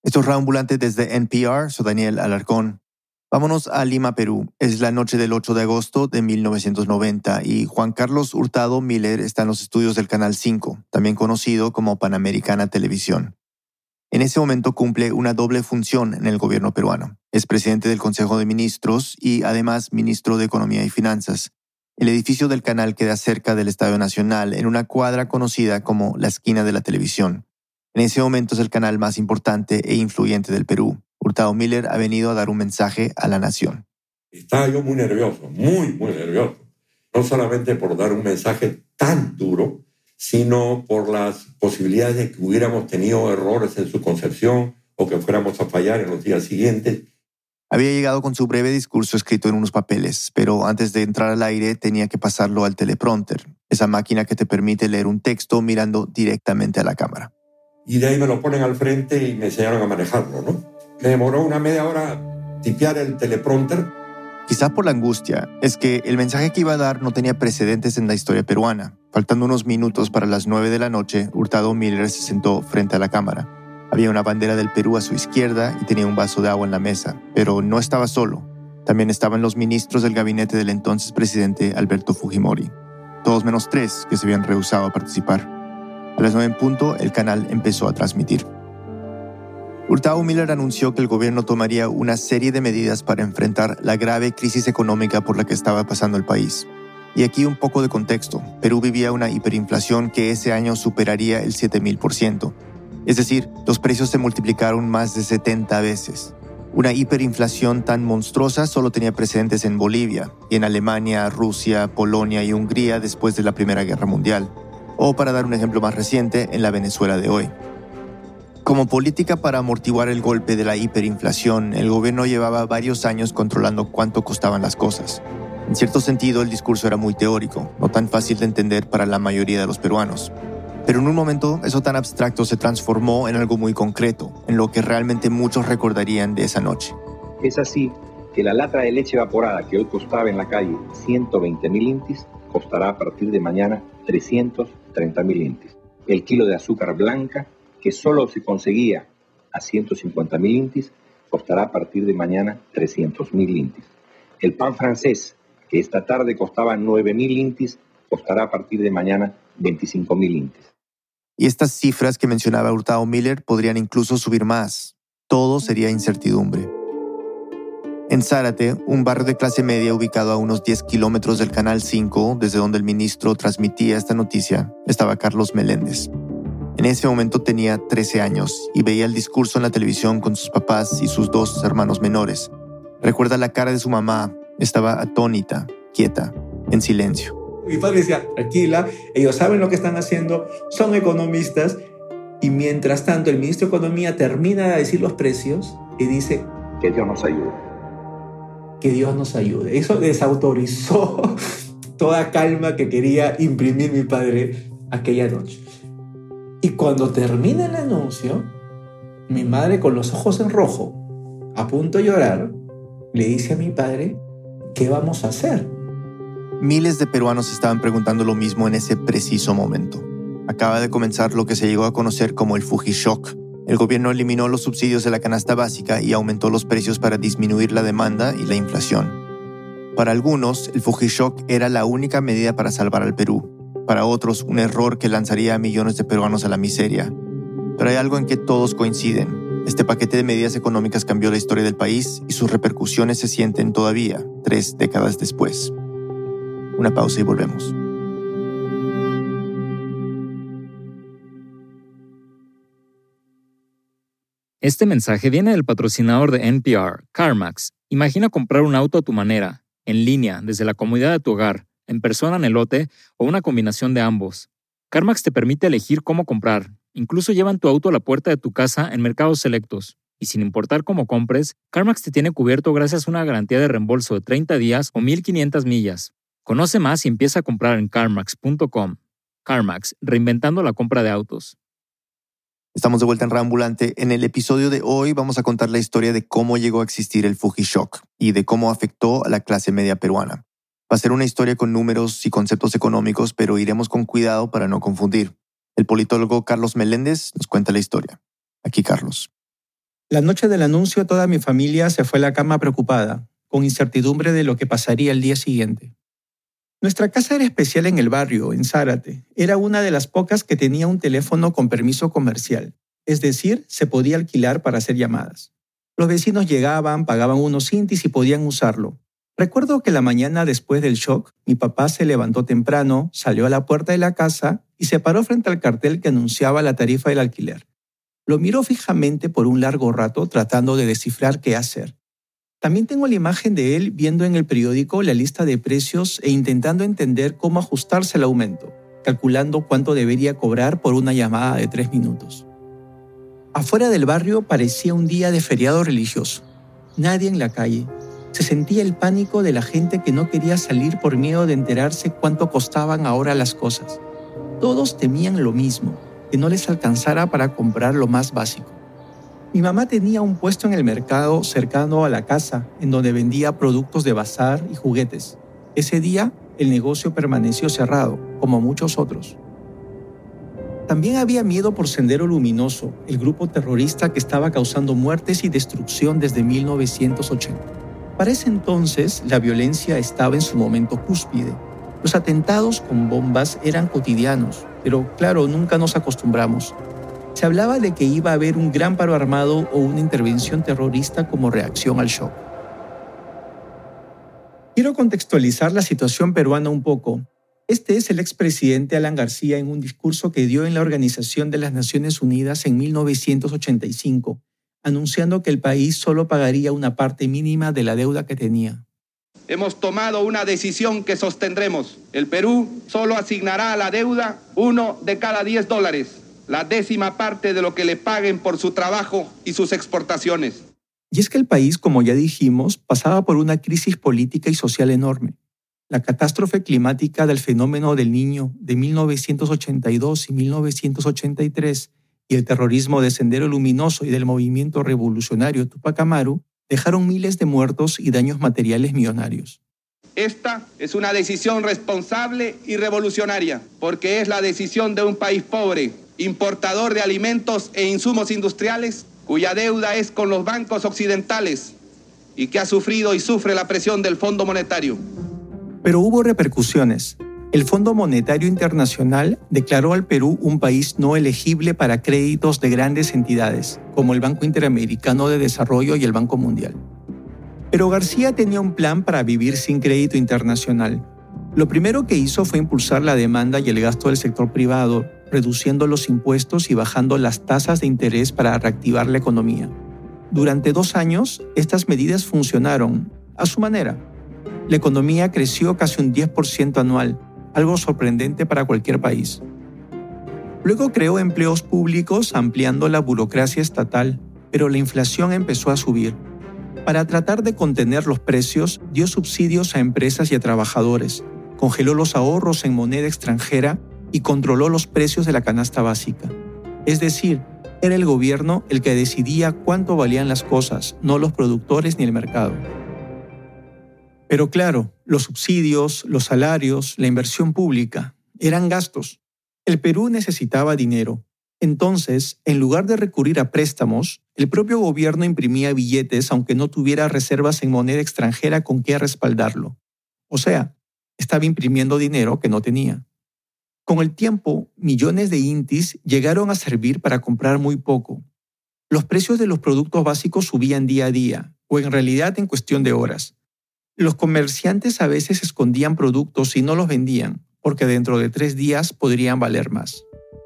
Esto es Raambulante desde NPR, soy Daniel Alarcón. Vámonos a Lima, Perú. Es la noche del 8 de agosto de 1990 y Juan Carlos Hurtado Miller está en los estudios del Canal 5, también conocido como Panamericana Televisión. En ese momento cumple una doble función en el gobierno peruano. Es presidente del Consejo de Ministros y además ministro de Economía y Finanzas. El edificio del canal queda cerca del Estadio Nacional, en una cuadra conocida como la esquina de la televisión. En ese momento es el canal más importante e influyente del Perú. Hurtado Miller ha venido a dar un mensaje a la nación. Estaba yo muy nervioso, muy nervioso. No solamente por dar un mensaje tan duro, sino por las posibilidades de que hubiéramos tenido errores en su concepción o que fuéramos a fallar en los días siguientes. Había llegado con su breve discurso escrito en unos papeles, pero antes de entrar al aire tenía que pasarlo al teleprompter, esa máquina que te permite leer un texto mirando directamente a la cámara. Y de ahí me lo ponen al frente y me enseñaron a manejarlo, ¿no? Me demoró una media hora tipear el teleprompter. Quizá por la angustia, es que el mensaje que iba a dar no tenía precedentes en la historia peruana. Faltando unos minutos para las 9 de la noche, Hurtado Miller se sentó frente a la cámara. Había una bandera del Perú a su izquierda y tenía un vaso de agua en la mesa, pero no estaba solo. También estaban los ministros del gabinete del entonces presidente Alberto Fujimori. Todos menos 3 que se habían rehusado a participar. A las 9 en punto, el canal empezó a transmitir. Hurtado Miller anunció que el gobierno tomaría una serie de medidas para enfrentar la grave crisis económica por la que estaba pasando el país. Y aquí un poco de contexto. Perú vivía una hiperinflación que ese año superaría el 7,000%. Es decir, los precios se multiplicaron más de 70 veces. Una hiperinflación tan monstruosa solo tenía precedentes en Bolivia, y en Alemania, Rusia, Polonia y Hungría después de la Primera Guerra Mundial. O, para dar un ejemplo más reciente, en la Venezuela de hoy. Como política para amortiguar el golpe de la hiperinflación, el gobierno llevaba varios años controlando cuánto costaban las cosas. En cierto sentido, el discurso era muy teórico, no tan fácil de entender para la mayoría de los peruanos. Pero en un momento, eso tan abstracto se transformó en algo muy concreto, en lo que realmente muchos recordarían de esa noche. Es así que la lata de leche evaporada que hoy costaba en la calle 120.000 intis, costará a partir de mañana 330.000 intis. El kilo de azúcar blanca, que solo se conseguía a 150.000 intis, costará a partir de mañana 300.000 intis. El pan francés, que esta tarde costaba 9.000 intis, costará a partir de mañana 25.000 intis. Y estas cifras que mencionaba Hurtado Miller podrían incluso subir más. Todo sería incertidumbre. En Zárate, un barrio de clase media ubicado a unos 10 kilómetros del Canal 5, desde donde el ministro transmitía esta noticia, estaba Carlos Meléndez. En ese momento tenía 13 años y veía el discurso en la televisión con sus papás y sus 2 hermanos menores. Recuerda la cara de su mamá, estaba atónita, quieta, en silencio. Mi padre decía, tranquila, ellos saben lo que están haciendo, son economistas. Y mientras tanto, el ministro de Economía termina de decir los precios y dice, que Dios nos ayude. Que Dios nos ayude. Eso desautorizó toda calma que quería imprimir mi padre aquella noche. Y cuando termina el anuncio, mi madre, con los ojos en rojo, a punto de llorar, le dice a mi padre, ¿qué vamos a hacer? Miles de peruanos estaban preguntando lo mismo en ese preciso momento. Acaba de comenzar lo que se llegó a conocer como el Fujishock. El gobierno eliminó los subsidios de la canasta básica y aumentó los precios para disminuir la demanda y la inflación. Para algunos, el Fujishock era la única medida para salvar al Perú. Para otros, un error que lanzaría a millones de peruanos a la miseria. Pero hay algo en que todos coinciden. Este paquete de medidas económicas cambió la historia del país y sus repercusiones se sienten todavía, 3 décadas después. Una pausa y volvemos. Este mensaje viene del patrocinador de NPR, CarMax. Imagina comprar un auto a tu manera, en línea, desde la comodidad de tu hogar, en persona en el lote o una combinación de ambos. CarMax te permite elegir cómo comprar. Incluso llevan tu auto a la puerta de tu casa en mercados selectos. Y sin importar cómo compres, CarMax te tiene cubierto gracias a una garantía de reembolso de 30 días o 1,500 millas. Conoce más y empieza a comprar en CarMax.com. CarMax, reinventando la compra de autos. Estamos de vuelta en Raambulante. En el episodio de hoy vamos a contar la historia de cómo llegó a existir el Fujishock y de cómo afectó a la clase media peruana. Va a ser una historia con números y conceptos económicos, pero iremos con cuidado para no confundir. El politólogo Carlos Meléndez nos cuenta la historia. Aquí Carlos. La noche del anuncio toda mi familia se fue a la cama preocupada, con incertidumbre de lo que pasaría el día siguiente. Nuestra casa era especial en el barrio, en Zárate. Era una de las pocas que tenía un teléfono con permiso comercial, es decir, se podía alquilar para hacer llamadas. Los vecinos llegaban, pagaban unos intis y podían usarlo. Recuerdo que la mañana después del shock, mi papá se levantó temprano, salió a la puerta de la casa y se paró frente al cartel que anunciaba la tarifa del alquiler. Lo miró fijamente por un largo rato tratando de descifrar qué hacer. También tengo la imagen de él viendo en el periódico la lista de precios e intentando entender cómo ajustarse al aumento, calculando cuánto debería cobrar por una llamada de 3 minutos. Afuera del barrio parecía un día de feriado religioso. Nadie en la calle. Se sentía el pánico de la gente que no quería salir por miedo de enterarse cuánto costaban ahora las cosas. Todos temían lo mismo, que no les alcanzara para comprar lo más básico. Mi mamá tenía un puesto en el mercado cercano a la casa, en donde vendía productos de bazar y juguetes. Ese día, el negocio permaneció cerrado, como muchos otros. También había miedo por Sendero Luminoso, el grupo terrorista que estaba causando muertes y destrucción desde 1980. Para ese entonces, la violencia estaba en su momento cúspide. Los atentados con bombas eran cotidianos, pero claro, nunca nos acostumbramos. Se hablaba de que iba a haber un gran paro armado o una intervención terrorista como reacción al shock. Quiero contextualizar la situación peruana un poco. Este es el expresidente Alan García en un discurso que dio en la Organización de las Naciones Unidas en 1985, anunciando que el país solo pagaría una parte mínima de la deuda que tenía. Hemos tomado una decisión que sostendremos. El Perú solo asignará a la deuda $1 de cada $10, la 10ª parte de lo que le paguen por su trabajo y sus exportaciones. Y es que el país, como ya dijimos, pasaba por una crisis política y social enorme. La catástrofe climática del fenómeno del Niño de 1982 y 1983 y el terrorismo de Sendero Luminoso y del movimiento revolucionario Tupac Amaru dejaron miles de muertos y daños materiales millonarios. Esta es una decisión responsable y revolucionaria, porque es la decisión de un país pobre, importador de alimentos e insumos industriales, cuya deuda es con los bancos occidentales y que ha sufrido y sufre la presión del Fondo Monetario. Pero hubo repercusiones. El Fondo Monetario Internacional declaró al Perú un país no elegible para créditos de grandes entidades, como el Banco Interamericano de Desarrollo y el Banco Mundial. Pero García tenía un plan para vivir sin crédito internacional. Lo primero que hizo fue impulsar la demanda y el gasto del sector privado, reduciendo los impuestos y bajando las tasas de interés para reactivar la economía. Durante 2 años, estas medidas funcionaron a su manera. La economía creció casi un 10% anual, algo sorprendente para cualquier país. Luego creó empleos públicos ampliando la burocracia estatal, pero la inflación empezó a subir. Para tratar de contener los precios, dio subsidios a empresas y a trabajadores, congeló los ahorros en moneda extranjera y controló los precios de la canasta básica. Es decir, era el gobierno el que decidía cuánto valían las cosas, no los productores ni el mercado. Pero claro, los subsidios, los salarios, la inversión pública, eran gastos. El Perú necesitaba dinero. Entonces, en lugar de recurrir a préstamos, el propio gobierno imprimía billetes aunque no tuviera reservas en moneda extranjera con qué respaldarlo. O sea, estaba imprimiendo dinero que no tenía. Con el tiempo, millones de intis llegaron a servir para comprar muy poco. Los precios de los productos básicos subían día a día, o en realidad en cuestión de horas. Los comerciantes a veces escondían productos y no los vendían, porque dentro de 3 días podrían valer más.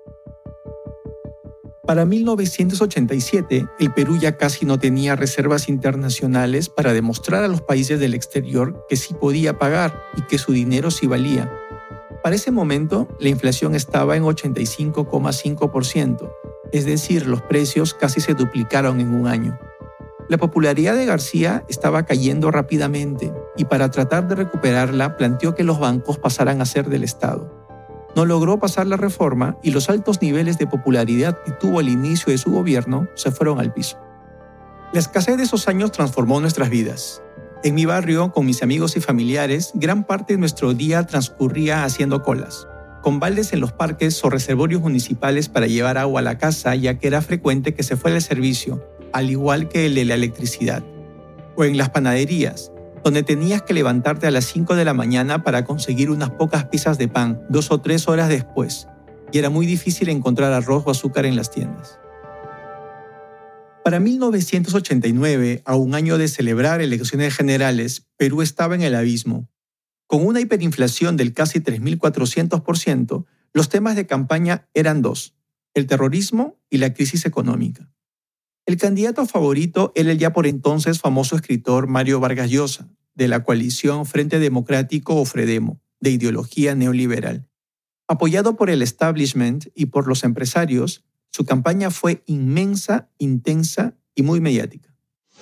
Para 1987, el Perú ya casi no tenía reservas internacionales para demostrar a los países del exterior que sí podía pagar y que su dinero sí valía. Para ese momento, la inflación estaba en 85,5%, es decir, los precios casi se duplicaron en un año. La popularidad de García estaba cayendo rápidamente y para tratar de recuperarla planteó que los bancos pasaran a ser del Estado. No logró pasar la reforma y los altos niveles de popularidad que tuvo al inicio de su gobierno se fueron al piso. La escasez de esos años transformó nuestras vidas. En mi barrio, con mis amigos y familiares, gran parte de nuestro día transcurría haciendo colas, con baldes en los parques o reservorios municipales para llevar agua a la casa, ya que era frecuente que se fuera el servicio, al igual que el de la electricidad. O en las panaderías, donde tenías que levantarte a las 5 de la mañana para conseguir unas pocas piezas de pan 2 o 3 horas después, y era muy difícil encontrar arroz o azúcar en las tiendas. Para 1989, a un año de celebrar elecciones generales, Perú estaba en el abismo. Con una hiperinflación del casi 3.400%, los temas de campaña eran dos: el terrorismo y la crisis económica. El candidato favorito era el ya por entonces famoso escritor Mario Vargas Llosa, de la coalición Frente Democrático o Fredemo, de ideología neoliberal. Apoyado por el establishment y por los empresarios, su campaña fue inmensa, intensa y muy mediática.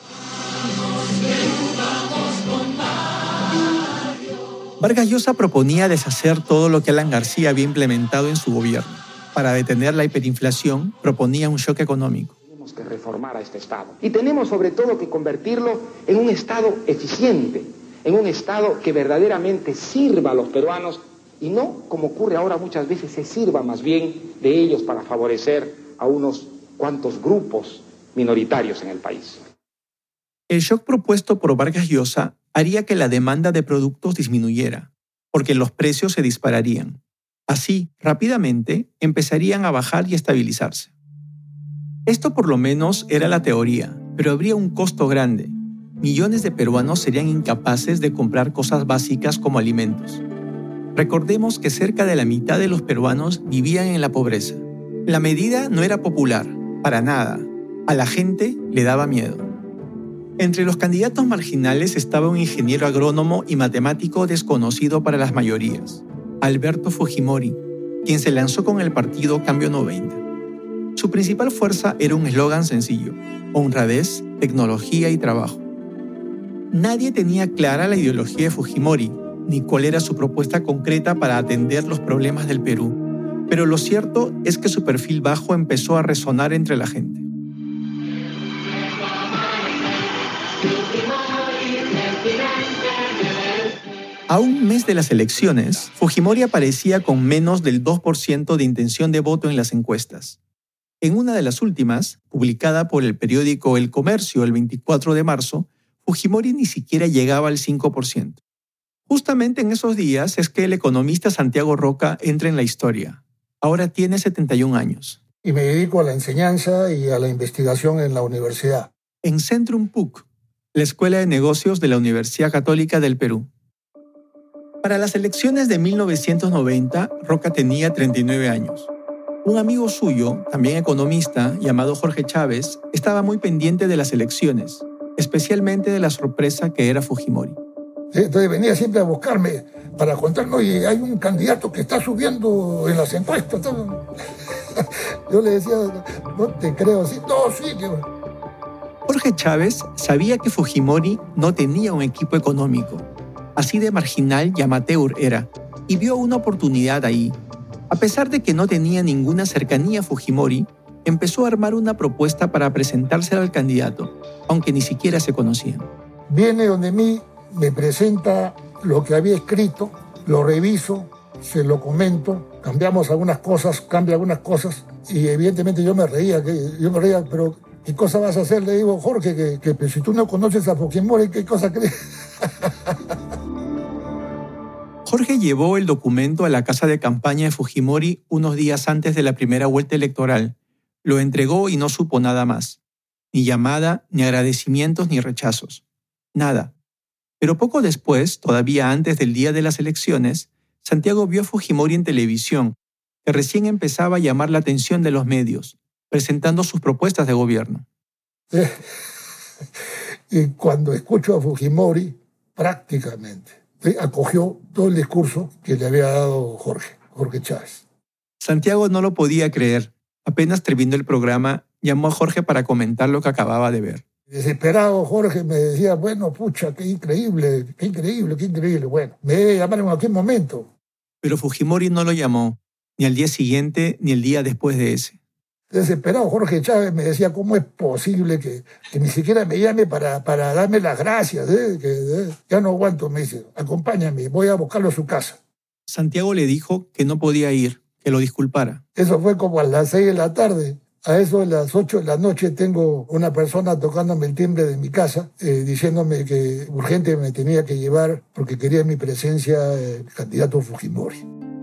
Vargas Llosa proponía deshacer todo lo que Alan García había implementado en su gobierno. Para detener la hiperinflación, proponía un shock económico. Tenemos que reformar a este Estado. Y tenemos sobre todo que convertirlo en un Estado eficiente, en un Estado que verdaderamente sirva a los peruanos y no, como ocurre ahora muchas veces, se sirva más bien de ellos para favorecer a unos cuantos grupos minoritarios en el país. El shock propuesto por Vargas Llosa haría que la demanda de productos disminuyera, porque los precios se dispararían. Así, rápidamente, empezarían a bajar y estabilizarse. Esto por lo menos era la teoría, pero habría un costo grande. Millones de peruanos serían incapaces de comprar cosas básicas como alimentos. Recordemos que cerca de la mitad de los peruanos vivían en la pobreza. La medida no era popular, para nada. A la gente le daba miedo. Entre los candidatos marginales estaba un ingeniero agrónomo y matemático desconocido para las mayorías, Alberto Fujimori, quien se lanzó con el partido Cambio 90. Su principal fuerza era un eslogan sencillo: honradez, tecnología y trabajo. Nadie tenía clara la ideología de Fujimori, ni cuál era su propuesta concreta para atender los problemas del Perú, pero lo cierto es que su perfil bajo empezó a resonar entre la gente. A un mes de las elecciones, Fujimori aparecía con menos del 2% de intención de voto en las encuestas. En una de las últimas, publicada por el periódico El Comercio el 24 de marzo, Fujimori ni siquiera llegaba al 5%. Justamente en esos días es que el economista Santiago Roca entra en la historia. Ahora tiene 71 años. Y me dedico a la enseñanza y a la investigación en la universidad. En Centrum PUC, la Escuela de Negocios de la Universidad Católica del Perú. Para las elecciones de 1990, Roca tenía 39 años. Un amigo suyo, también economista, llamado Jorge Chávez, estaba muy pendiente de las elecciones, especialmente de la sorpresa que era Fujimori. Entonces venía siempre a buscarme para contarme: oye, hay un candidato que está subiendo en las encuestas. Yo le decía: no te creo. Sí, no, sí. Jorge Chávez sabía que Fujimori no tenía un equipo económico. Así de marginal y amateur era, y vio una oportunidad ahí. A pesar de que no tenía ninguna cercanía a Fujimori, empezó a armar una propuesta para presentársela al candidato, aunque ni siquiera se conocían. Viene donde mí, me presenta lo que había escrito, lo reviso, se lo comento, cambiamos algunas cosas, cambia algunas cosas, y evidentemente yo me reía, pero ¿qué cosa vas a hacer? Le digo: Jorge, que si tú no conoces a Fujimori, ¿qué cosa crees? Jorge llevó el documento a la casa de campaña de Fujimori unos días antes de la primera vuelta electoral. Lo entregó y no supo nada más. Ni llamada, ni agradecimientos, ni rechazos. Nada. Pero poco después, todavía antes del día de las elecciones, Santiago vio a Fujimori en televisión, que recién empezaba a llamar la atención de los medios, presentando sus propuestas de gobierno. Y cuando escucho a Fujimori, prácticamente acogió todo el discurso que le había dado Jorge Chávez. Santiago no lo podía creer. Apenas terminó el programa, llamó a Jorge para comentar lo que acababa de ver. Desesperado, Jorge me decía: bueno, pucha, qué increíble. Bueno, me debe llamar en cualquier momento. Pero Fujimori no lo llamó, ni al día siguiente, ni el día después de ese. Desesperado, Jorge Chávez me decía: ¿cómo es posible que ni siquiera me llame para darme las gracias? Ya no aguanto, me dice: acompáñame, voy a buscarlo a su casa. Santiago le dijo que no podía ir, que lo disculpara. Eso fue como a las 6 de la tarde. A eso de las 8 de la noche tengo una persona tocándome el timbre de mi casa, diciéndome que urgente me tenía que llevar porque quería mi presencia el candidato Fujimori.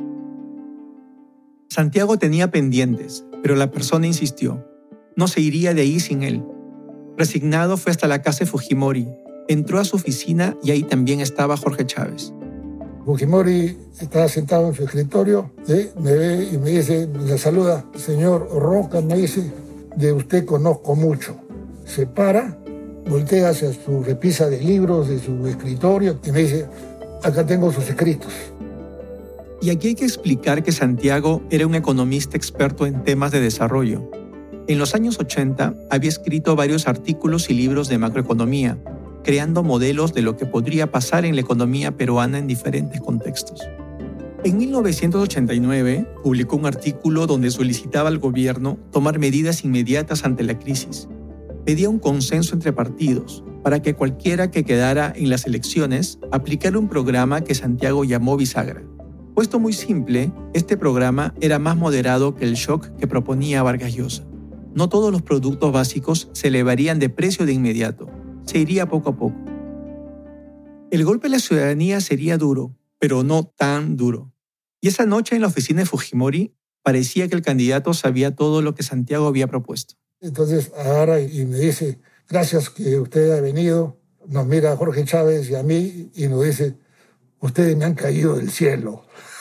Santiago tenía pendientes, pero la persona insistió. No se iría de ahí sin él. Resignado fue hasta la casa de Fujimori. Entró a su oficina y ahí también estaba Jorge Chávez. Fujimori estaba sentado en su escritorio, me ve y me dice, me saluda, señor Roca, me dice, de usted conozco mucho. Se para, voltea hacia su repisa de libros de su escritorio y me dice, acá tengo sus escritos. Y aquí hay que explicar que Santiago era un economista experto en temas de desarrollo. En los años 80 había escrito varios artículos y libros de macroeconomía, creando modelos de lo que podría pasar en la economía peruana en diferentes contextos. En 1989 publicó un artículo donde solicitaba al gobierno tomar medidas inmediatas ante la crisis. Pedía un consenso entre partidos para que cualquiera que quedara en las elecciones aplicara un programa que Santiago llamó bisagra. Puesto muy simple, este programa era más moderado que el shock que proponía Vargas Llosa. No todos los productos básicos se elevarían de precio de inmediato. Se iría poco a poco. El golpe a la ciudadanía sería duro, pero no tan duro. Y esa noche en la oficina de Fujimori parecía que el candidato sabía todo lo que Santiago había propuesto. Entonces agarra y me dice, gracias que usted ha venido. Nos mira a Jorge Chávez y a mí y nos dice, ustedes me han caído del cielo.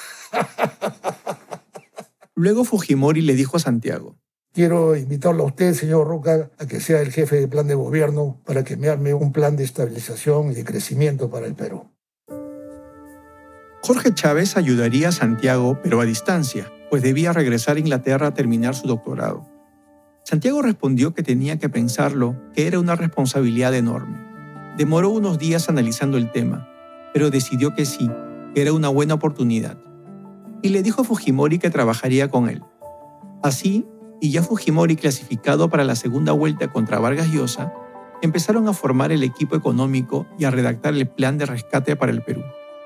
Luego Fujimori le dijo a Santiago, quiero invitarlo a usted, señor Roca, a que sea el jefe de plan de gobierno para que me arme un plan de estabilización y de crecimiento para el Perú. Jorge Chávez ayudaría a Santiago, pero a distancia, pues debía regresar a Inglaterra a terminar su doctorado. Santiago respondió que tenía que pensarlo, que era una responsabilidad enorme. Demoró unos días analizando el tema, pero decidió que sí, que era una buena oportunidad. Y le dijo a Fujimori que trabajaría con él. Así, y ya Fujimori clasificado para la segunda vuelta contra Vargas Llosa, empezaron a formar el equipo económico y a redactar el plan de rescate para el Perú.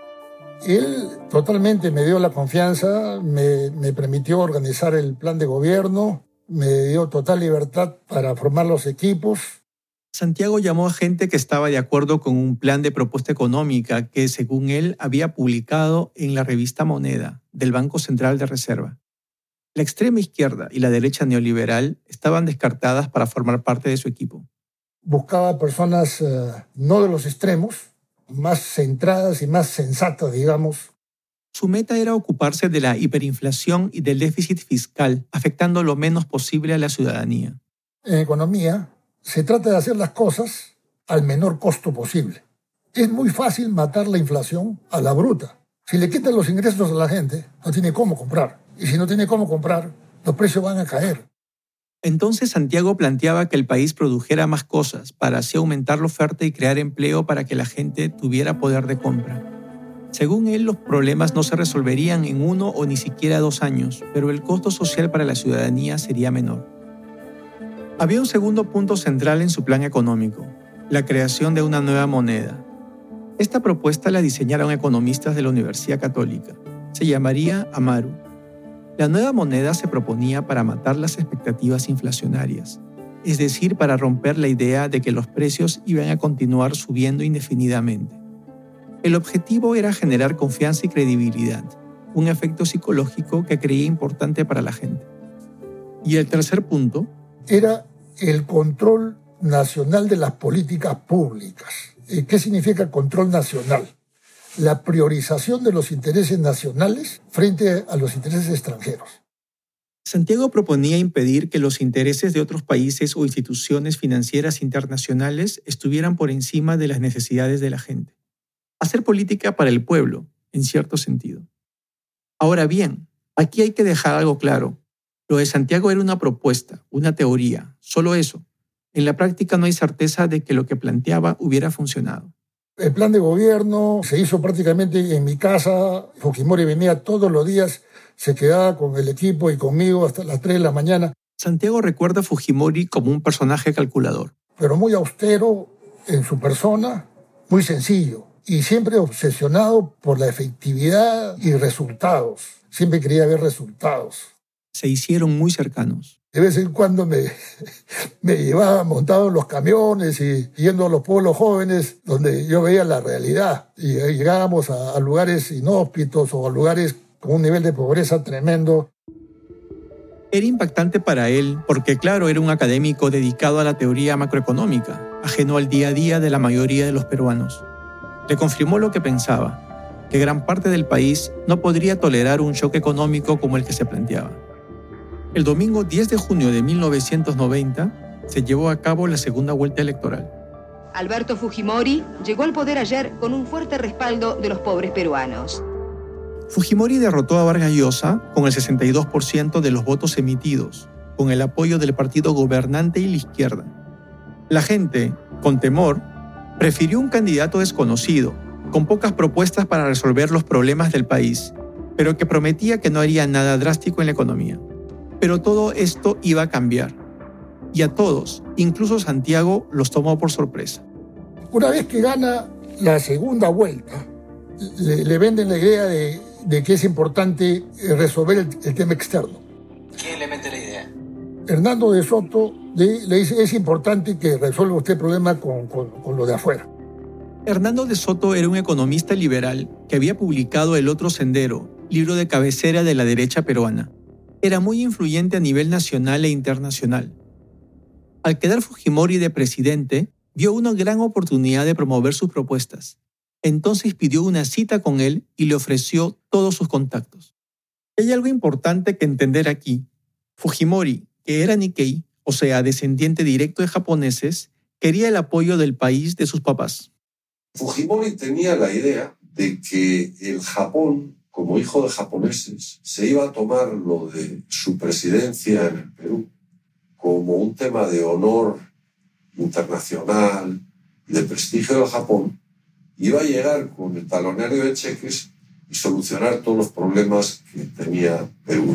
Él totalmente me dio la confianza, me permitió organizar el plan de gobierno, me dio total libertad para formar los equipos. Santiago llamó a gente que estaba de acuerdo con un plan de propuesta económica que, según él, había publicado en la revista Moneda del Banco Central de Reserva. La extrema izquierda y la derecha neoliberal estaban descartadas para formar parte de su equipo. Buscaba personas no de los extremos, más centradas y más sensatas, digamos. Su meta era ocuparse de la hiperinflación y del déficit fiscal, afectando lo menos posible a la ciudadanía. En economía se trata de hacer las cosas al menor costo posible. Es muy fácil matar la inflación a la bruta. Si le quitan los ingresos a la gente, no tiene cómo comprar. Y si no tiene cómo comprar, los precios van a caer. Entonces Santiago planteaba que el país produjera más cosas para así aumentar la oferta y crear empleo para que la gente tuviera poder de compra. Según él, los problemas no se resolverían en 1 o ni siquiera 2 años, pero el costo social para la ciudadanía sería menor. Había un segundo punto central en su plan económico, la creación de una nueva moneda. Esta propuesta la diseñaron economistas de la Universidad Católica. Se llamaría Amaru. La nueva moneda se proponía para matar las expectativas inflacionarias, es decir, para romper la idea de que los precios iban a continuar subiendo indefinidamente. El objetivo era generar confianza y credibilidad, un efecto psicológico que creía importante para la gente. Y el tercer punto era el control nacional de las políticas públicas. ¿Qué significa control nacional? La priorización de los intereses nacionales frente a los intereses extranjeros. Santiago proponía impedir que los intereses de otros países o instituciones financieras internacionales estuvieran por encima de las necesidades de la gente. Hacer política para el pueblo, en cierto sentido. Ahora bien, aquí hay que dejar algo claro. Lo de Santiago era una propuesta, una teoría, solo eso. En la práctica no hay certeza de que lo que planteaba hubiera funcionado. El plan de gobierno se hizo prácticamente en mi casa. Fujimori venía todos los días, se quedaba con el equipo y conmigo hasta las 3 de la mañana. Santiago recuerda a Fujimori como un personaje calculador. Pero muy austero en su persona, muy sencillo y siempre obsesionado por la efectividad y resultados. Siempre quería ver resultados. Se hicieron muy cercanos. De vez en cuando me llevaba montado en los camiones y yendo a los pueblos jóvenes donde yo veía la realidad. Y llegábamos a lugares inhóspitos o a lugares con un nivel de pobreza tremendo. Era impactante para él porque, claro, era un académico dedicado a la teoría macroeconómica, ajeno al día a día de la mayoría de los peruanos. Le confirmó lo que pensaba, que gran parte del país no podría tolerar un shock económico como el que se planteaba. El domingo 10 de junio de 1990 se llevó a cabo la segunda vuelta electoral. Alberto Fujimori llegó al poder ayer con un fuerte respaldo de los pobres peruanos. Fujimori derrotó a Vargas Llosa con el 62% de los votos emitidos, con el apoyo del partido gobernante y la izquierda. La gente, con temor, prefirió un candidato desconocido, con pocas propuestas para resolver los problemas del país, pero que prometía que no haría nada drástico en la economía. Pero todo esto iba a cambiar. Y a todos, incluso Santiago, los tomó por sorpresa. Una vez que gana la segunda vuelta, le venden la idea de que es importante resolver el tema externo. ¿Quién le mete la idea? Hernando de Soto le dice, es importante que resuelva usted el problema con lo de afuera. Hernando de Soto era un economista liberal que había publicado El Otro Sendero, libro de cabecera de la derecha peruana. Era muy influyente a nivel nacional e internacional. Al quedar Fujimori de presidente, vio una gran oportunidad de promover sus propuestas. Entonces pidió una cita con él y le ofreció todos sus contactos. Hay algo importante que entender aquí. Fujimori, que era Nikkei, o sea, descendiente directo de japoneses, quería el apoyo del país de sus papás. Fujimori tenía la idea de que el Japón, como hijo de japoneses, se iba a tomar lo de su presidencia en el Perú como un tema de honor internacional y de prestigio del Japón. Iba a llegar con el talonario de cheques y solucionar todos los problemas que tenía Perú.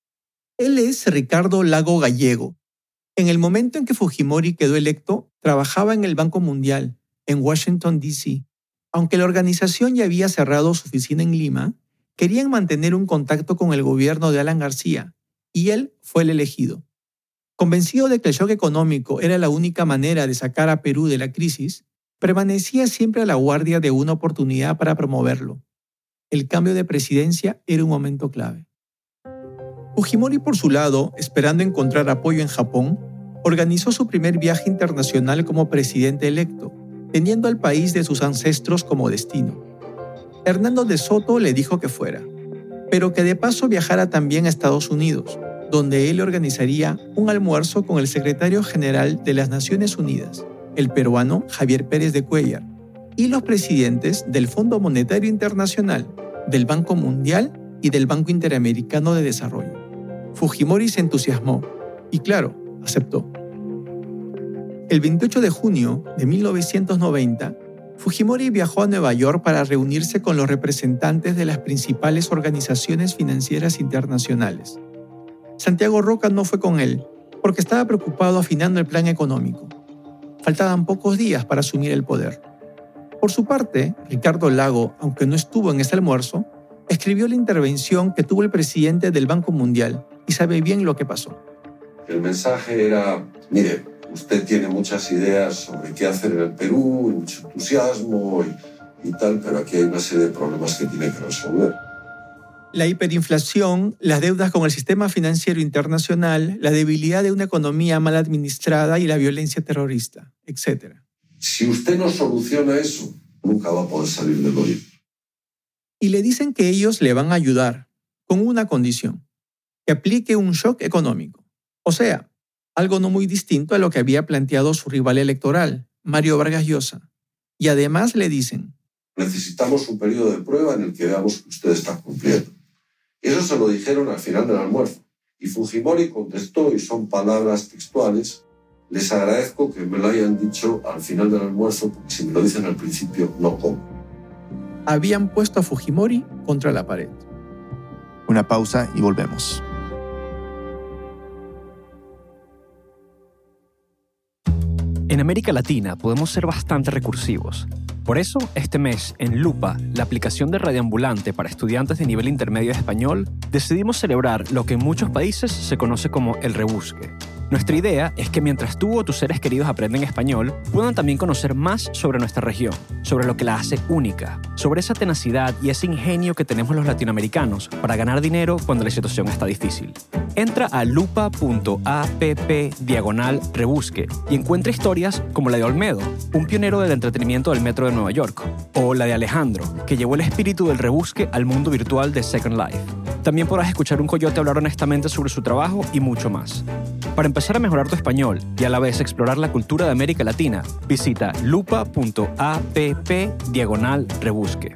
Él es Ricardo Lago Gallego. En el momento en que Fujimori quedó electo, trabajaba en el Banco Mundial, en Washington, D.C. Aunque la organización ya había cerrado su oficina en Lima, querían mantener un contacto con el gobierno de Alan García, y él fue el elegido. Convencido de que el shock económico era la única manera de sacar a Perú de la crisis, permanecía siempre a la guardia de una oportunidad para promoverlo. El cambio de presidencia era un momento clave. Fujimori, por su lado, esperando encontrar apoyo en Japón, organizó su primer viaje internacional como presidente electo, teniendo al país de sus ancestros como destino. Hernando de Soto le dijo que fuera, pero que de paso viajara también a Estados Unidos, donde él organizaría un almuerzo con el secretario general de las Naciones Unidas, el peruano Javier Pérez de Cuéllar, y los presidentes del Fondo Monetario Internacional, del Banco Mundial y del Banco Interamericano de Desarrollo. Fujimori se entusiasmó y, claro, aceptó. El 28 de junio de 1990, Fujimori viajó a Nueva York para reunirse con los representantes de las principales organizaciones financieras internacionales. Santiago Roca no fue con él, porque estaba preocupado afinando el plan económico. Faltaban pocos días para asumir el poder. Por su parte, Ricardo Lago, aunque no estuvo en ese almuerzo, escribió la intervención que tuvo el presidente del Banco Mundial y sabe bien lo que pasó. El mensaje era, mire, usted tiene muchas ideas sobre qué hacer en el Perú, y mucho entusiasmo y tal, pero aquí hay una serie de problemas que tiene que resolver. La hiperinflación, las deudas con el sistema financiero internacional, la debilidad de una economía mal administrada y la violencia terrorista, etc. Si usted no soluciona eso, nunca va a poder salir del hoyo. Y le dicen que ellos le van a ayudar, con una condición, que aplique un shock económico. O sea, algo no muy distinto a lo que había planteado su rival electoral, Mario Vargas Llosa. Y además le dicen, necesitamos un periodo de prueba en el que veamos que usted está cumpliendo. Eso se lo dijeron al final del almuerzo. Y Fujimori contestó, y son palabras textuales, les agradezco que me lo hayan dicho al final del almuerzo, porque si me lo dicen al principio, no como. Habían puesto a Fujimori contra la pared. Una pausa y volvemos. En América Latina podemos ser bastante recursivos. Por eso, este mes, en Lupa, la aplicación de radioambulante para estudiantes de nivel intermedio de español, decidimos celebrar lo que en muchos países se conoce como el rebusque. Nuestra idea es que mientras tú o tus seres queridos aprenden español, puedan también conocer más sobre nuestra región, sobre lo que la hace única, sobre esa tenacidad y ese ingenio que tenemos los latinoamericanos para ganar dinero cuando la situación está difícil. Entra a lupa.app/rebusque y encuentra historias como la de Olmedo, un pionero del entretenimiento del metro de Nueva York, o la de Alejandro, que llevó el espíritu del rebusque al mundo virtual de Second Life. También podrás escuchar un coyote hablar honestamente sobre su trabajo y mucho más. Para empezar a mejorar tu español y a la vez explorar la cultura de América Latina, visita lupa.app/rebusque.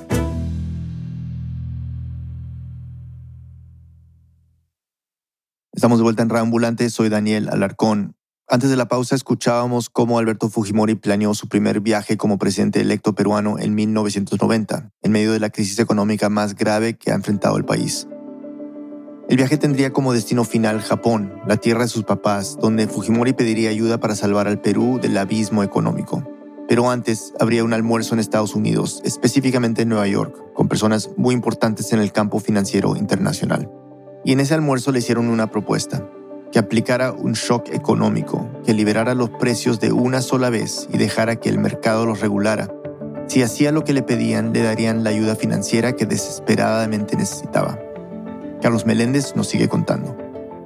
Estamos de vuelta en Radioambulante, soy Daniel Alarcón. Antes de la pausa escuchábamos cómo Alberto Fujimori planeó su primer viaje como presidente electo peruano en 1990, en medio de la crisis económica más grave que ha enfrentado el país. El viaje tendría como destino final Japón, la tierra de sus papás, donde Fujimori pediría ayuda para salvar al Perú del abismo económico. Pero antes habría un almuerzo en Estados Unidos, específicamente en Nueva York, con personas muy importantes en el campo financiero internacional. Y en ese almuerzo le hicieron una propuesta, que aplicara un shock económico, que liberara los precios de una sola vez y dejara que el mercado los regulara. Si hacía lo que le pedían, le darían la ayuda financiera que desesperadamente necesitaba. Carlos Meléndez nos sigue contando.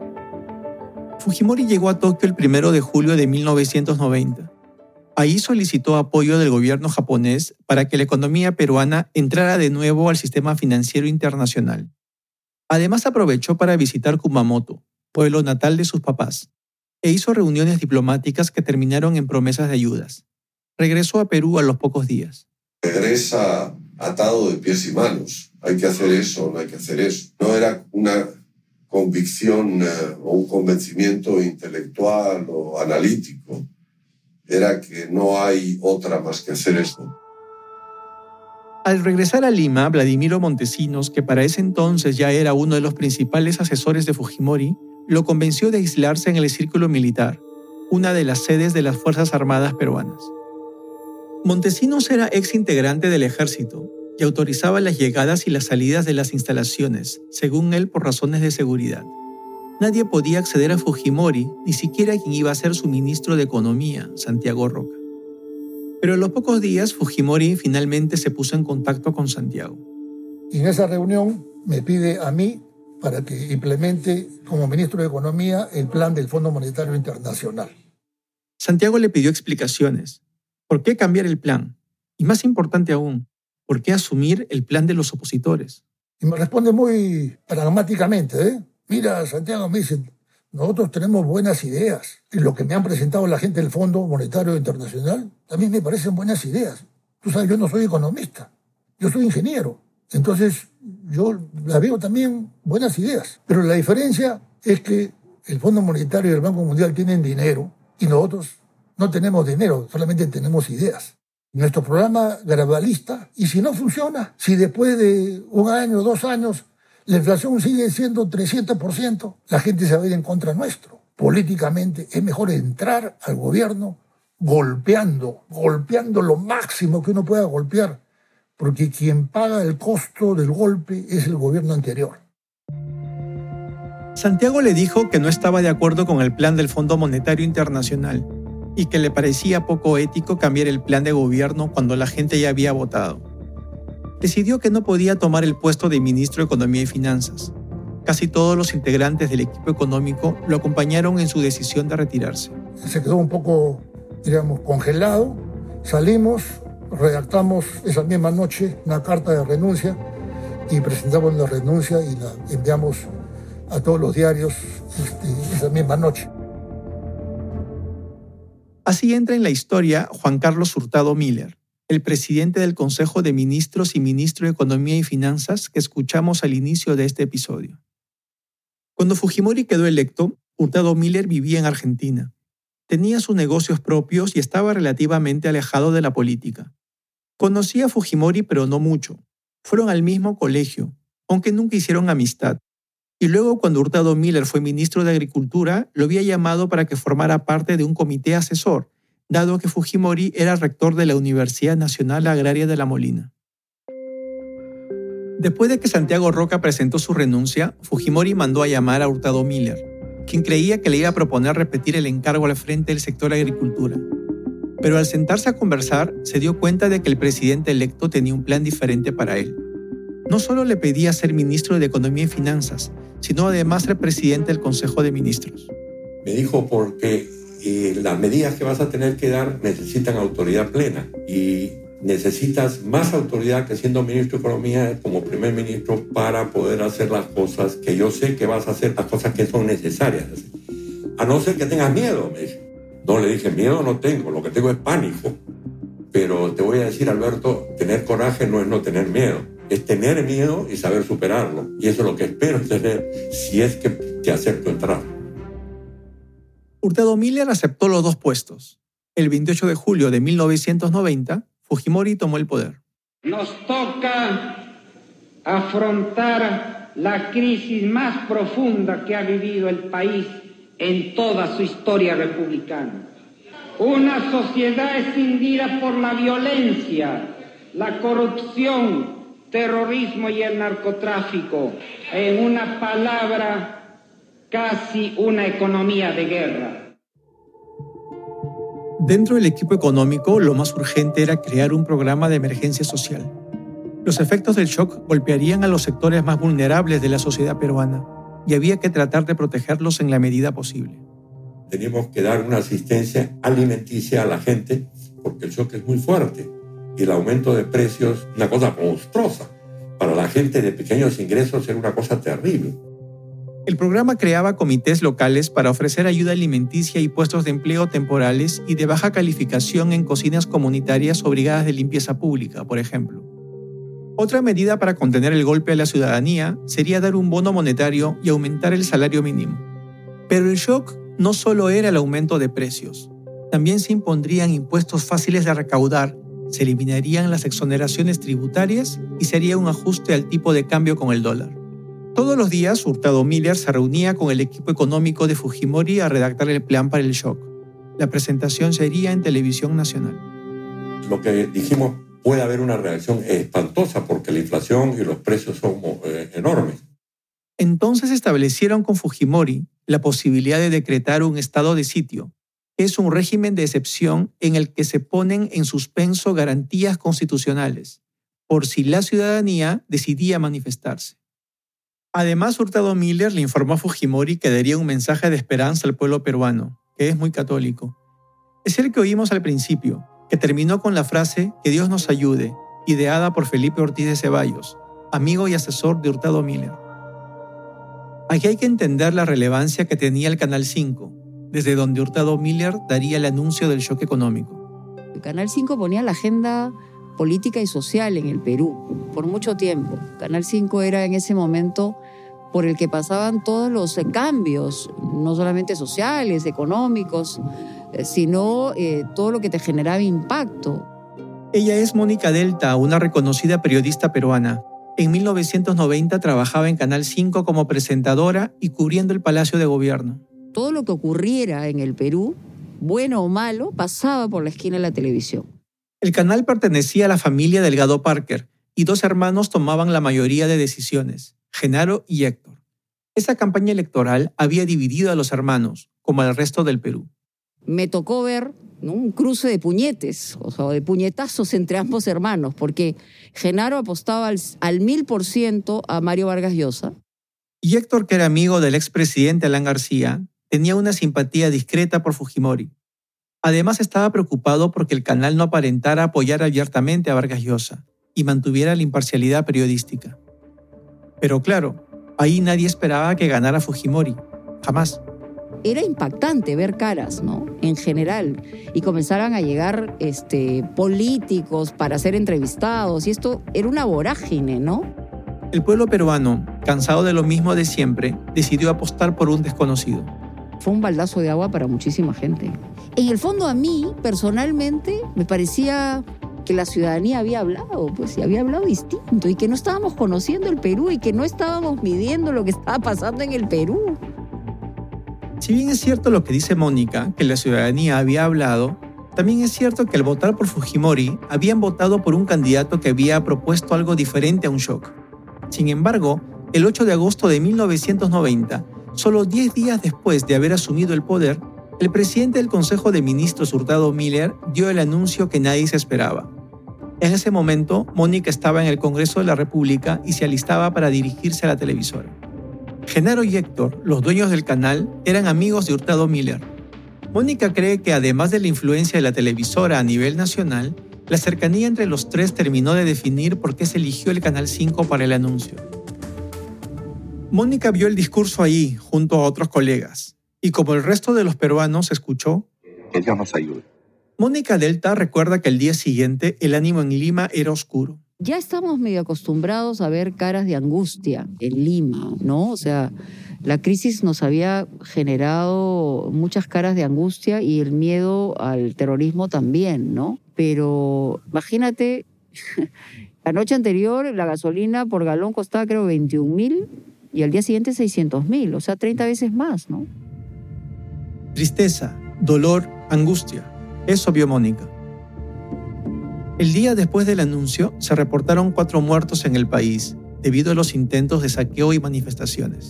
Fujimori llegó a Tokio el 1 de julio de 1990. Ahí solicitó apoyo del gobierno japonés para que la economía peruana entrara de nuevo al sistema financiero internacional. Además aprovechó para visitar Kumamoto, pueblo natal de sus papás, e hizo reuniones diplomáticas que terminaron en promesas de ayudas. Regresó a Perú a los pocos días. Regresa atado de pies y manos. Hay que hacer eso, no hay que hacer eso. No era una convicción o un convencimiento intelectual o analítico. Era que no hay otra más que hacer esto. Al regresar a Lima, Vladimiro Montesinos, que para ese entonces ya era uno de los principales asesores de Fujimori, lo convenció de aislarse en el Círculo Militar, una de las sedes de las Fuerzas Armadas peruanas. Montesinos era ex integrante del ejército y autorizaba las llegadas y las salidas de las instalaciones, según él por razones de seguridad. Nadie podía acceder a Fujimori, ni siquiera quien iba a ser su ministro de Economía, Santiago Roca. Pero a los pocos días, Fujimori finalmente se puso en contacto con Santiago. Y en esa reunión me pide a mí para que implemente como ministro de Economía el plan del Fondo Monetario Internacional. Santiago le pidió explicaciones. ¿Por qué cambiar el plan? Y más importante aún, ¿por qué asumir el plan de los opositores? Y me responde muy pragmáticamente, Mira, Santiago, me dice, nosotros tenemos buenas ideas. Y lo que me han presentado la gente del Fondo Monetario Internacional también me parecen buenas ideas. Tú sabes, yo no soy economista, yo soy ingeniero. Entonces, yo la veo también buenas ideas. Pero la diferencia es que el Fondo Monetario y el Banco Mundial tienen dinero y nosotros no tenemos dinero, solamente tenemos ideas. Nuestro programa gradualista, y si no funciona, si después de 1 año, 2 años, la inflación sigue siendo 300%, la gente se va a ir en contra nuestro. Políticamente es mejor entrar al gobierno golpeando lo máximo que uno pueda golpear, porque quien paga el costo del golpe es el gobierno anterior. Santiago le dijo que no estaba de acuerdo con el plan del Fondo Monetario Internacional y que le parecía poco ético cambiar el plan de gobierno cuando la gente ya había votado. Decidió que no podía tomar el puesto de ministro de Economía y Finanzas. Casi todos los integrantes del equipo económico lo acompañaron en su decisión de retirarse. Se quedó un poco, congelado. Salimos, redactamos esa misma noche una carta de renuncia y presentamos la renuncia y la enviamos a todos los diarios esa misma noche. Así entra en la historia Juan Carlos Hurtado Miller, el presidente del Consejo de Ministros y ministro de Economía y Finanzas que escuchamos al inicio de este episodio. Cuando Fujimori quedó electo, Hurtado Miller vivía en Argentina. Tenía sus negocios propios y estaba relativamente alejado de la política. Conocía a Fujimori, pero no mucho. Fueron al mismo colegio, aunque nunca hicieron amistad. Y luego, cuando Hurtado Miller fue ministro de Agricultura, lo había llamado para que formara parte de un comité asesor, dado que Fujimori era rector de la Universidad Nacional Agraria de La Molina. Después de que Santiago Roca presentó su renuncia, Fujimori mandó a llamar a Hurtado Miller, quien creía que le iba a proponer repetir el encargo al frente del sector agricultura. Pero al sentarse a conversar, se dio cuenta de que el presidente electo tenía un plan diferente para él. No solo le pedía ser ministro de Economía y Finanzas, sino además ser presidente del Consejo de Ministros. Me dijo porque las medidas que vas a tener que dar necesitan autoridad plena y necesitas más autoridad que siendo ministro de Economía como primer ministro para poder hacer las cosas que yo sé que vas a hacer, las cosas que son necesarias. A no ser que tengas miedo, me dijo. No, le dije, miedo no tengo, lo que tengo es pánico. Pero te voy a decir, Alberto, tener coraje no es no tener miedo, es tener miedo y saber superarlo. Y eso es lo que espero tener si es que te acepto entrar. Hurtado Miller aceptó los 2 puestos. El 28 de julio de 1990, Fujimori tomó el poder. Nos toca afrontar la crisis más profunda que ha vivido el país en toda su historia republicana. Una sociedad escindida por la violencia, la corrupción, terrorismo y el narcotráfico. En una palabra, casi una economía de guerra. Dentro del equipo económico, lo más urgente era crear un programa de emergencia social. Los efectos del shock golpearían a los sectores más vulnerables de la sociedad peruana y había que tratar de protegerlos en la medida posible. Teníamos que dar una asistencia alimenticia a la gente porque el shock es muy fuerte y el aumento de precios, una cosa monstruosa. Para la gente de pequeños ingresos era una cosa terrible. El programa creaba comités locales para ofrecer ayuda alimenticia y puestos de empleo temporales y de baja calificación en cocinas comunitarias o brigadas de limpieza pública, por ejemplo. Otra medida para contener el golpe a la ciudadanía sería dar un bono monetario y aumentar el salario mínimo. Pero el shock no solo era el aumento de precios, también se impondrían impuestos fáciles de recaudar, se eliminarían las exoneraciones tributarias y se haría un ajuste al tipo de cambio con el dólar. Todos los días, Hurtado Miller se reunía con el equipo económico de Fujimori a redactar el plan para el shock. La presentación sería en televisión nacional. Lo que dijimos, puede haber una reacción espantosa porque la inflación y los precios son enormes. Entonces establecieron con Fujimori la posibilidad de decretar un estado de sitio, que es un régimen de excepción en el que se ponen en suspenso garantías constitucionales, por si la ciudadanía decidía manifestarse. Además, Hurtado Miller le informó a Fujimori que daría un mensaje de esperanza al pueblo peruano, que es muy católico. Es el que oímos al principio, que terminó con la frase «Que Dios nos ayude», ideada por Felipe Ortiz de Ceballos, amigo y asesor de Hurtado Miller. Aquí hay que entender la relevancia que tenía el Canal 5, desde donde Hurtado Miller daría el anuncio del shock económico. El Canal 5 ponía la agenda política y social en el Perú por mucho tiempo. Canal 5 era en ese momento por el que pasaban todos los cambios, no solamente sociales, económicos, sino todo lo que te generaba impacto. Ella es Mónica Delta, una reconocida periodista peruana. En 1990 trabajaba en Canal 5 como presentadora y cubriendo el Palacio de Gobierno. Todo lo que ocurriera en el Perú, bueno o malo, pasaba por la esquina de la televisión. El canal pertenecía a la familia Delgado Parker y 2 hermanos tomaban la mayoría de decisiones, Genaro y Héctor. Esa campaña electoral había dividido a los hermanos, como al resto del Perú. Me tocó ver, ¿no?, un cruce de puñetes, o sea, de puñetazos entre ambos hermanos, porque Genaro apostaba al 1000% a Mario Vargas Llosa. Y Héctor, que era amigo del expresidente Alan García, tenía una simpatía discreta por Fujimori. Además, estaba preocupado porque el canal no aparentara apoyar abiertamente a Vargas Llosa y mantuviera la imparcialidad periodística. Pero claro, ahí nadie esperaba que ganara Fujimori. Jamás. Era impactante ver caras, ¿no?, en general, y comenzaran a llegar políticos para ser entrevistados, y esto era una vorágine, ¿no? El pueblo peruano, cansado de lo mismo de siempre, decidió apostar por un desconocido. Fue un baldazo de agua para muchísima gente. En el fondo, a mí, personalmente, me parecía que la ciudadanía había hablado, y había hablado distinto, y que no estábamos conociendo el Perú, y que no estábamos midiendo lo que estaba pasando en el Perú. Si bien es cierto lo que dice Mónica, que la ciudadanía había hablado, También es cierto que al votar por Fujimori, habían votado por un candidato que había propuesto algo diferente a un shock. Sin embargo, el 8 de agosto de 1990, solo 10 días después de haber asumido el poder, el presidente del Consejo de Ministros, Hurtado Miller, dio el anuncio que nadie se esperaba. En ese momento, Mónica estaba en el Congreso de la República y se alistaba para dirigirse a la televisora. Genaro y Héctor, los dueños del canal, eran amigos de Hurtado Miller. Mónica cree que además de la influencia de la televisora a nivel nacional, la cercanía entre los tres terminó de definir por qué se eligió el Canal 5 para el anuncio. Mónica vio el discurso ahí, junto a otros colegas, y como el resto de los peruanos escuchó: que Dios nos ayude. Mónica Delta recuerda que el día siguiente el ánimo en Lima era oscuro. Ya estamos medio acostumbrados a ver caras de angustia en Lima, ¿no? O sea, la crisis nos había generado muchas caras de angustia y el miedo al terrorismo también, ¿no? Pero imagínate, la noche anterior la gasolina por galón costaba creo 21.000 y al día siguiente 600.000, o sea, 30 veces más, ¿no? Tristeza, dolor, angustia. Eso vio Mónica. El día después del anuncio, se reportaron 4 muertos en el país, debido a los intentos de saqueo y manifestaciones.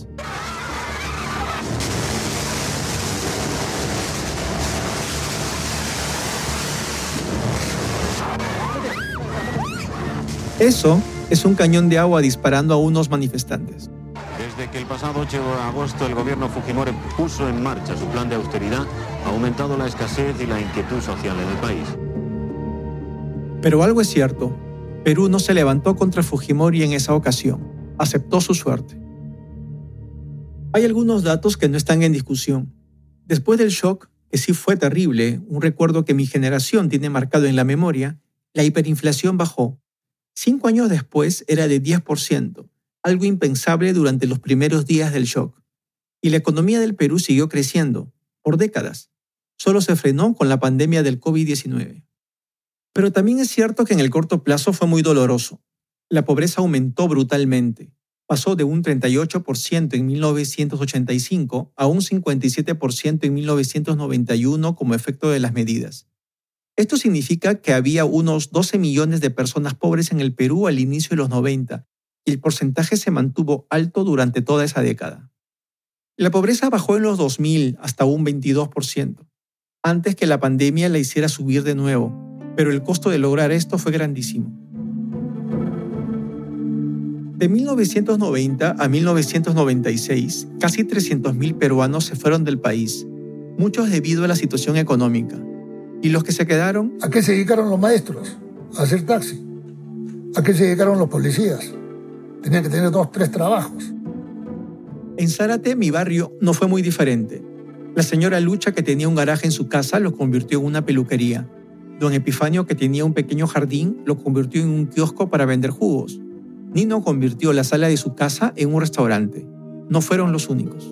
Eso es un cañón de agua disparando a unos manifestantes. Desde que el pasado 8 de agosto el gobierno Fujimori puso en marcha su plan de austeridad, ha aumentado la escasez y la inquietud social en el país. Pero algo es cierto, Perú no se levantó contra Fujimori en esa ocasión, aceptó su suerte. Hay algunos datos que no están en discusión. Después del shock, que sí fue terrible, un recuerdo que mi generación tiene marcado en la memoria, la hiperinflación bajó. 5 años después era de 10%, algo impensable durante los primeros días del shock. Y la economía del Perú siguió creciendo, por décadas. Solo se frenó con la pandemia del COVID-19. Pero también es cierto que en el corto plazo fue muy doloroso. La pobreza aumentó brutalmente. Pasó de un 38% en 1985 a un 57% en 1991 como efecto de las medidas. Esto significa que había unos 12 millones de personas pobres en el Perú al inicio de los 90 y el porcentaje se mantuvo alto durante toda esa década. La pobreza bajó en los 2000 hasta un 22%, antes que la pandemia la hiciera subir de nuevo, pero el costo de lograr esto fue grandísimo. De 1990 a 1996, casi 300.000 peruanos se fueron del país, muchos debido a la situación económica. ¿Y los que se quedaron? ¿A qué se dedicaron los maestros? A hacer taxi. ¿A qué se dedicaron los policías? Tenían que tener 2, 3 trabajos. En Zárate, mi barrio, no fue muy diferente. La señora Lucha, que tenía un garaje en su casa, lo convirtió en una peluquería. Don Epifanio, que tenía un pequeño jardín, lo convirtió en un kiosco para vender jugos. Nino convirtió la sala de su casa en un restaurante. No fueron los únicos.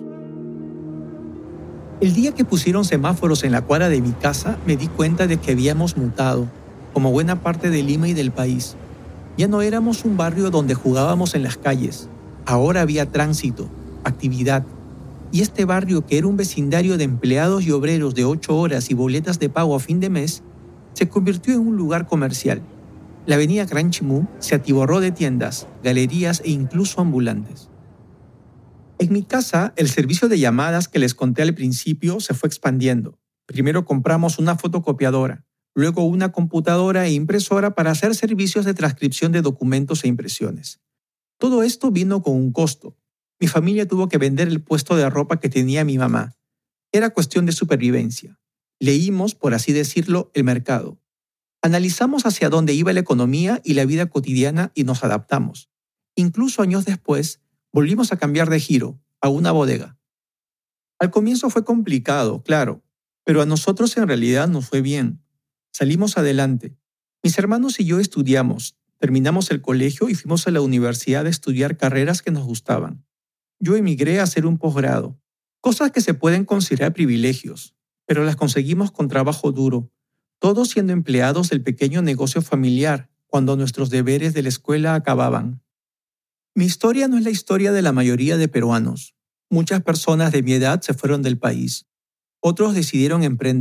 El día que pusieron semáforos en la cuadra de mi casa, me di cuenta de que habíamos mutado, como buena parte de Lima y del país. Ya no éramos un barrio donde jugábamos en las calles. Ahora había tránsito, actividad. Y este barrio, que era un vecindario de empleados y obreros de 8 horas y boletas de pago a fin de mes, se convirtió en un lugar comercial. La avenida Gran Chimú se atiborró de tiendas, galerías e incluso ambulantes. En mi casa, el servicio de llamadas que les conté al principio se fue expandiendo. Primero compramos una fotocopiadora, luego una computadora e impresora para hacer servicios de transcripción de documentos e impresiones. Todo esto vino con un costo. Mi familia tuvo que vender el puesto de ropa que tenía mi mamá. Era cuestión de supervivencia. Leímos, por así decirlo, el mercado. Analizamos hacia dónde iba la economía y la vida cotidiana y nos adaptamos. Incluso años después, volvimos a cambiar de giro, a una bodega. Al comienzo fue complicado, claro, pero a nosotros en realidad nos fue bien. Salimos adelante. Mis hermanos y yo estudiamos, terminamos el colegio y fuimos a la universidad a estudiar carreras que nos gustaban. Yo emigré a hacer un posgrado, cosas que se pueden considerar privilegios, pero las conseguimos con trabajo duro, todos siendo empleados del pequeño negocio familiar cuando nuestros deberes de la escuela acababan. Mi historia no es la historia de la mayoría de peruanos. Muchas personas de mi edad se fueron del país. Otros decidieron emprender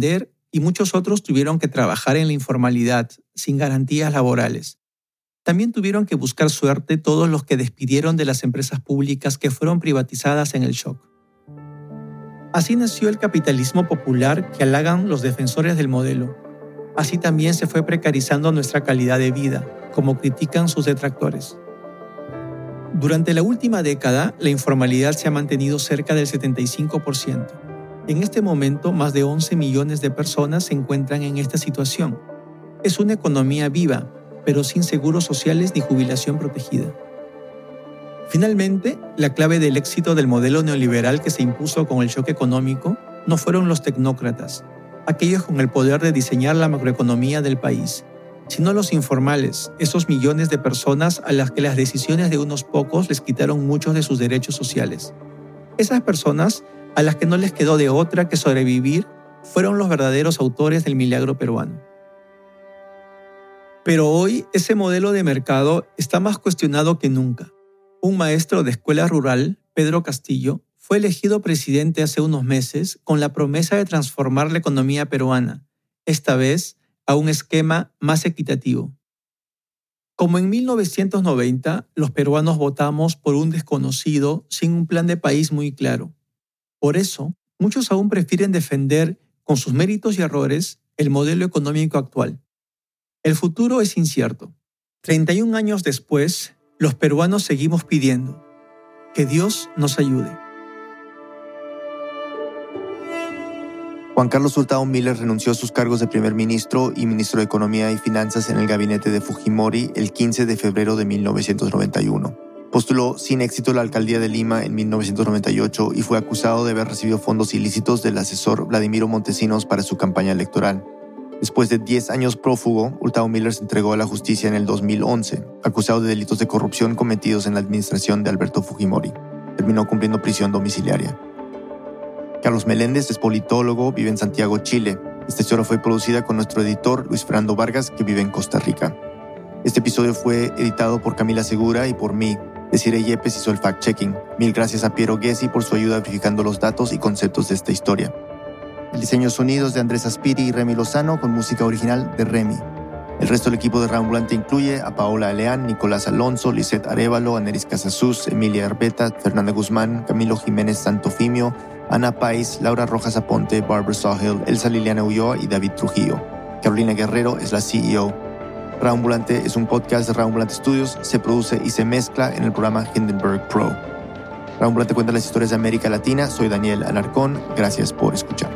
y muchos otros tuvieron que trabajar en la informalidad, sin garantías laborales. También tuvieron que buscar suerte todos los que despidieron de las empresas públicas que fueron privatizadas en el shock. Así nació el capitalismo popular que halagan los defensores del modelo. Así también se fue precarizando nuestra calidad de vida, como critican sus detractores. Durante la última década, la informalidad se ha mantenido cerca del 75%. En este momento, más de 11 millones de personas se encuentran en esta situación. Es una economía viva, pero sin seguros sociales ni jubilación protegida. Finalmente, la clave del éxito del modelo neoliberal que se impuso con el shock económico no fueron los tecnócratas, aquellos con el poder de diseñar la macroeconomía del país, sino los informales, esos millones de personas a las que las decisiones de unos pocos les quitaron muchos de sus derechos sociales. Esas personas, a las que no les quedó de otra que sobrevivir, fueron los verdaderos autores del milagro peruano. Pero hoy ese modelo de mercado está más cuestionado que nunca. Un maestro de escuela rural, Pedro Castillo, fue elegido presidente hace unos meses con la promesa de transformar la economía peruana, esta vez a un esquema más equitativo. Como en 1990, los peruanos votamos por un desconocido sin un plan de país muy claro. Por eso, muchos aún prefieren defender, con sus méritos y errores, el modelo económico actual. El futuro es incierto. 31 años después, los peruanos seguimos pidiendo que Dios nos ayude. Juan Carlos Hurtado Miller renunció a sus cargos de primer ministro y ministro de Economía y Finanzas en el gabinete de Fujimori el 15 de febrero de 1991. Postuló sin éxito la alcaldía de Lima en 1998 y fue acusado de haber recibido fondos ilícitos del asesor Vladimiro Montesinos para su campaña electoral. Después de 10 años prófugo, Hurtado Miller se entregó a la justicia en el 2011, acusado de delitos de corrupción cometidos en la administración de Alberto Fujimori. Terminó cumpliendo prisión domiciliaria. Carlos Meléndez es politólogo, vive en Santiago, Chile. Esta historia fue producida con nuestro editor Luis Fernando Vargas, que vive en Costa Rica. Este episodio fue editado por Camila Segura y por mí. Desiree Yepes hizo el fact-checking. Mil gracias a Piero Gessi por su ayuda verificando los datos y conceptos de esta historia. El diseño de sonidos de Andrés Aspiri y Remy Lozano con música original de Remy. El resto del equipo de Raambulante incluye a Paola Aleán, Nicolás Alonso, Lisette Arévalo, Aneris Casasus, Emilia Herbeta, Fernanda Guzmán, Camilo Jiménez Santofimio, Ana Pais, Laura Rojas Aponte, Barbara Sawhill, Elsa Liliana Ulloa y David Trujillo. Carolina Guerrero es la CEO. Raambulante es un podcast de Raambulante Studios, se produce y se mezcla en el programa Hindenburg Pro. Raambulante cuenta las historias de América Latina. Soy Daniel Alarcón. Gracias por escuchar.